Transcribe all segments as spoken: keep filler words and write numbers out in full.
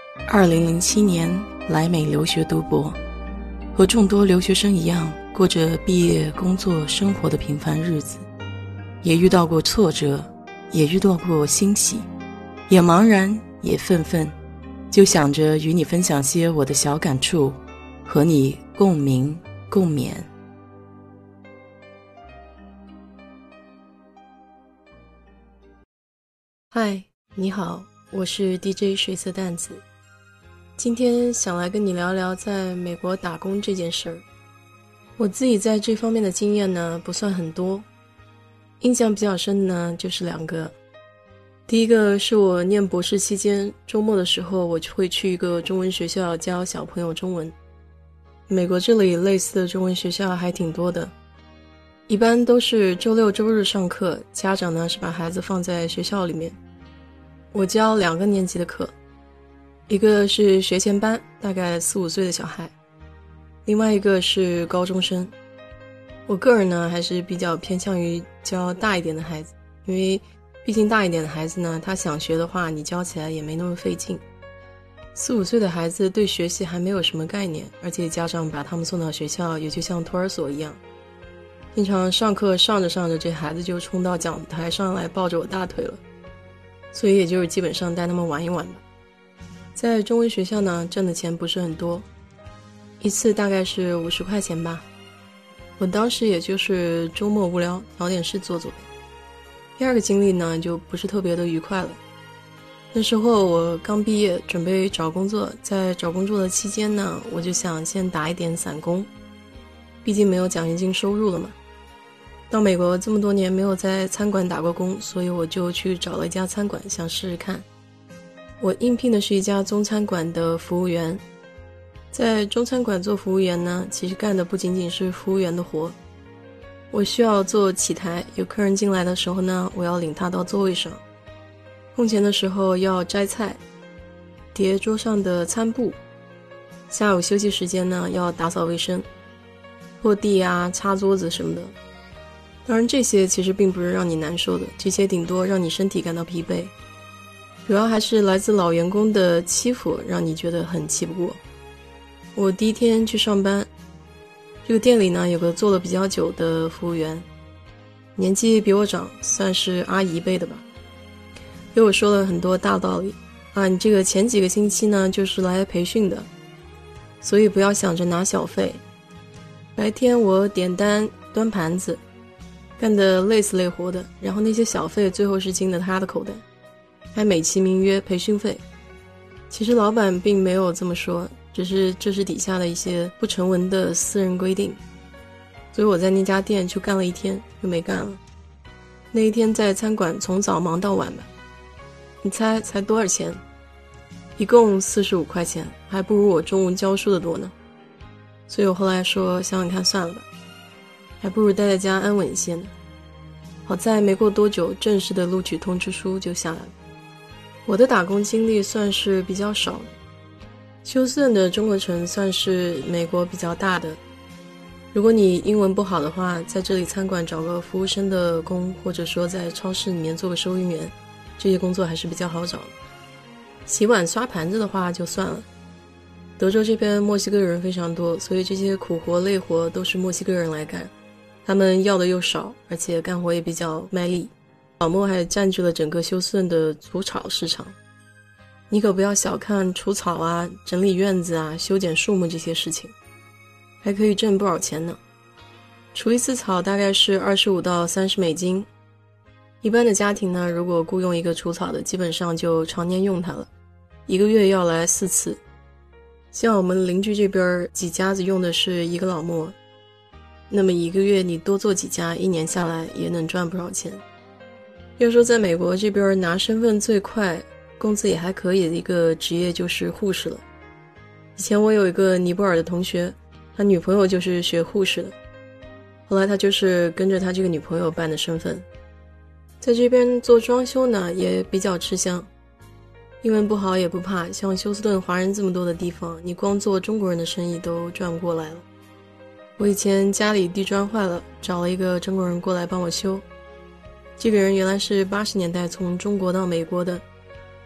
二零零七年来美留学读博，和众多留学生一样，过着毕业、工作、生活的平凡日子，也遇到过挫折，也遇到过欣喜，也茫然，也愤愤，就想着与你分享些我的小感触，和你共鸣共勉。嗨，你好，我是 D J 水色淡子。今天想来跟你聊聊在美国打工这件事儿。我自己在这方面的经验呢不算很多，印象比较深的呢就是两个。第一个是我念博士期间，周末的时候我会去一个中文学校教小朋友中文。美国这里类似的中文学校还挺多的，一般都是周六周日上课，家长呢是把孩子放在学校里面。我教两个年级的课，一个是学前班，大概四五岁的小孩，另外一个是高中生。我个人呢还是比较偏向于教大一点的孩子，因为毕竟大一点的孩子呢，他想学的话你教起来也没那么费劲。四五岁的孩子对学习还没有什么概念，而且家长把他们送到学校也就像托儿所一样，经常上课上着上着，这孩子就冲到讲台上来抱着我大腿了，所以也就是基本上带他们玩一玩吧。在中文学校呢，挣的钱不是很多，一次大概是五十块钱吧。我当时也就是周末无聊找点事做做呗。第二个经历呢就不是特别的愉快了。那时候我刚毕业准备找工作，在找工作的期间呢，我就想先打一点散工，毕竟没有奖学金收入了嘛。到美国这么多年没有在餐馆打过工，所以我就去找了一家餐馆想试试看。我应聘的是一家中餐馆的服务员。在中餐馆做服务员呢，其实干的不仅仅是服务员的活。我需要做起台，有客人进来的时候呢，我要领他到座位上。空闲的时候要摘菜，叠桌上的餐布。下午休息时间呢，要打扫卫生，拖地啊，擦桌子什么的。当然这些其实并不是让你难受的，这些顶多让你身体感到疲惫。主要还是来自老员工的欺负，让你觉得很气不过。我第一天去上班，这个店里呢有个做了比较久的服务员，年纪比我长，算是阿姨辈的吧，给我说了很多大道理啊，你这个前几个星期呢就是来培训的，所以不要想着拿小费。白天我点单端盘子，干得累死累活的，然后那些小费最后是进了他的口袋，还美其名曰培训费。其实老板并没有这么说，只是这是底下的一些不成文的私人规定。所以我在那家店就干了一天就没干了。那一天在餐馆从早忙到晚吧，你猜才多少钱？一共四十五块钱，还不如我中文教书的多呢。所以我后来说想想看算了吧，还不如待在家安稳一些呢。好在没过多久，正式的录取通知书就下来了。我的打工经历算是比较少的。休斯顿的中国城算是美国比较大的，如果你英文不好的话，在这里餐馆找个服务生的工，或者说在超市里面做个收银员，这些工作还是比较好找的。洗碗刷盘子的话就算了，德州这边墨西哥人非常多，所以这些苦活累活都是墨西哥人来干，他们要的又少，而且干活也比较卖力。老墨还占据了整个休斯顿的除草市场，你可不要小看除草啊、整理院子啊、修剪树木这些事情，还可以挣不少钱呢。除一次草大概是二十五到三十美金。一般的家庭呢，如果雇佣一个除草的，基本上就常年用它了，一个月要来四次。像我们邻居这边几家子用的是一个老墨，那么一个月你多做几家，一年下来也能赚不少钱。要说在美国这边拿身份最快，工资也还可以的一个职业就是护士了。以前我有一个尼泊尔的同学，他女朋友就是学护士的，后来他就是跟着他这个女朋友办的身份。在这边做装修呢也比较吃香，英文不好也不怕，像休斯顿华人这么多的地方，你光做中国人的生意都赚不过来了。我以前家里地砖坏了，找了一个中国人过来帮我修，这个人原来是八十年代从中国到美国的，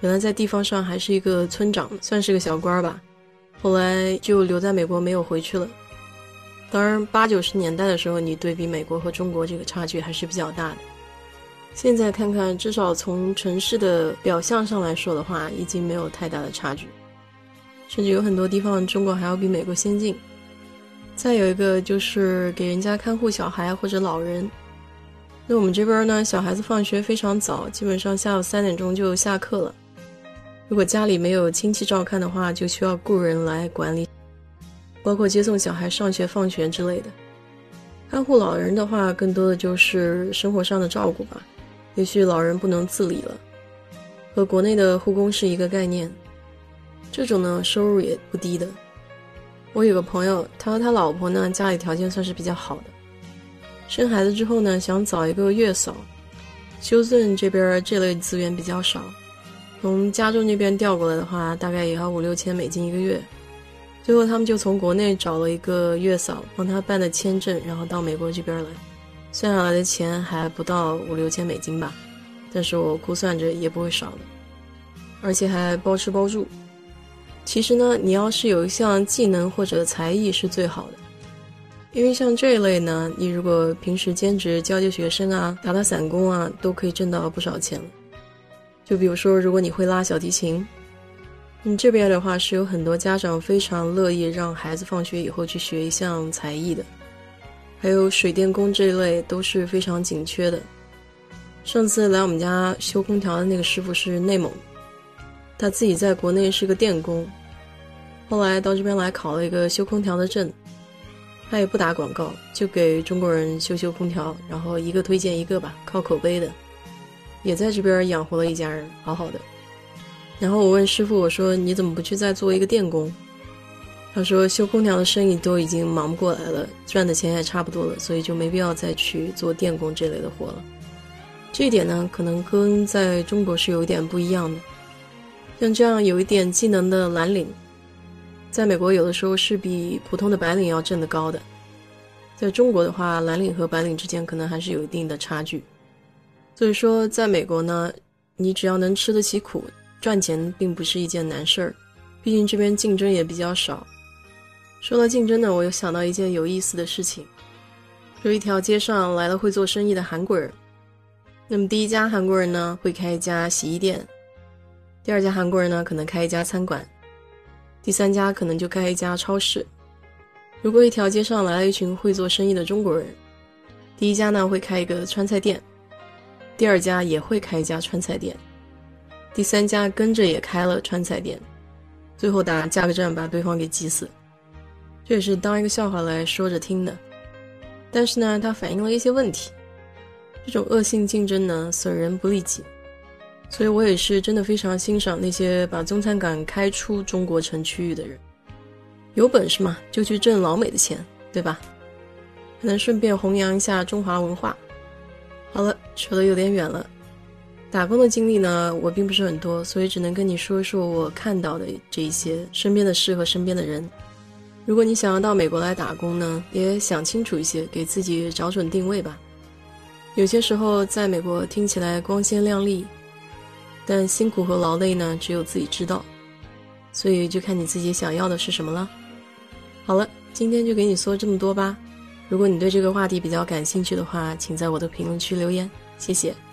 原来在地方上还是一个村长，算是个小官吧，后来就留在美国没有回去了。当然八九十年代的时候，你对比美国和中国这个差距还是比较大的。现在看看，至少从城市的表象上来说的话，已经没有太大的差距，甚至有很多地方中国还要比美国先进。再有一个就是给人家看护小孩或者老人，那我们这边呢，小孩子放学非常早，基本上下午三点钟就下课了。如果家里没有亲戚照看的话，就需要雇人来管理，包括接送小孩上学放学之类的。看护老人的话，更多的就是生活上的照顾吧，也许老人不能自理了，和国内的护工是一个概念。这种呢，收入也不低的。我有个朋友，他和他老婆呢，家里条件算是比较好的，生孩子之后呢，想找一个月嫂。休斯顿这边这类资源比较少，从加州那边调过来的话，大概也要五六千美金一个月。最后他们就从国内找了一个月嫂，帮他办的签证，然后到美国这边来。算下来的钱还不到五六千美金吧，但是我估算着也不会少的，而且还包吃包住。其实呢，你要是有一项技能或者才艺是最好的，因为像这一类呢，你如果平时兼职教教学生啊，打打散工啊，都可以挣到不少钱了。就比如说，如果你会拉小提琴，你这边的话是有很多家长非常乐意让孩子放学以后去学一项才艺的。还有水电工这一类都是非常紧缺的。上次来我们家修空调的那个师傅是内蒙，他自己在国内是个电工，后来到这边来考了一个修空调的证。他也不打广告，就给中国人修修空调，然后一个推荐一个吧，靠口碑的，也在这边养活了一家人，好好的。然后我问师傅，我说你怎么不去再做一个电工？他说修空调的生意都已经忙不过来了，赚的钱也差不多了，所以就没必要再去做电工这类的活了。这一点呢，可能跟在中国是有一点不一样的。像这样有一点技能的蓝领，在美国有的时候是比普通的白领要挣得高的。在中国的话，蓝领和白领之间可能还是有一定的差距。所以说在美国呢，你只要能吃得起苦，赚钱并不是一件难事儿，毕竟这边竞争也比较少。说到竞争呢，我又想到一件有意思的事情。有一条街上来了会做生意的韩国人，那么第一家韩国人呢会开一家洗衣店，第二家韩国人呢可能开一家餐馆，第三家可能就开一家超市。如果一条街上来了一群会做生意的中国人，第一家呢会开一个川菜店，第二家也会开一家川菜店，第三家跟着也开了川菜店，最后打价格战把对方给急死。这也是当一个笑话来说着听的，但是呢它反映了一些问题。这种恶性竞争呢损人不利己，所以我也是真的非常欣赏那些把中餐馆开出中国城区域的人。有本事嘛就去挣老美的钱，对吧？还能顺便弘扬一下中华文化。好了，扯得有点远了。打工的经历呢我并不是很多，所以只能跟你说一说我看到的这一些身边的事和身边的人。如果你想要到美国来打工呢，也想清楚一些，给自己找准定位吧。有些时候在美国听起来光鲜亮丽，但辛苦和劳累呢只有自己知道，所以就看你自己想要的是什么了。好了，今天就给你说这么多吧。如果你对这个话题比较感兴趣的话，请在我的评论区留言，谢谢。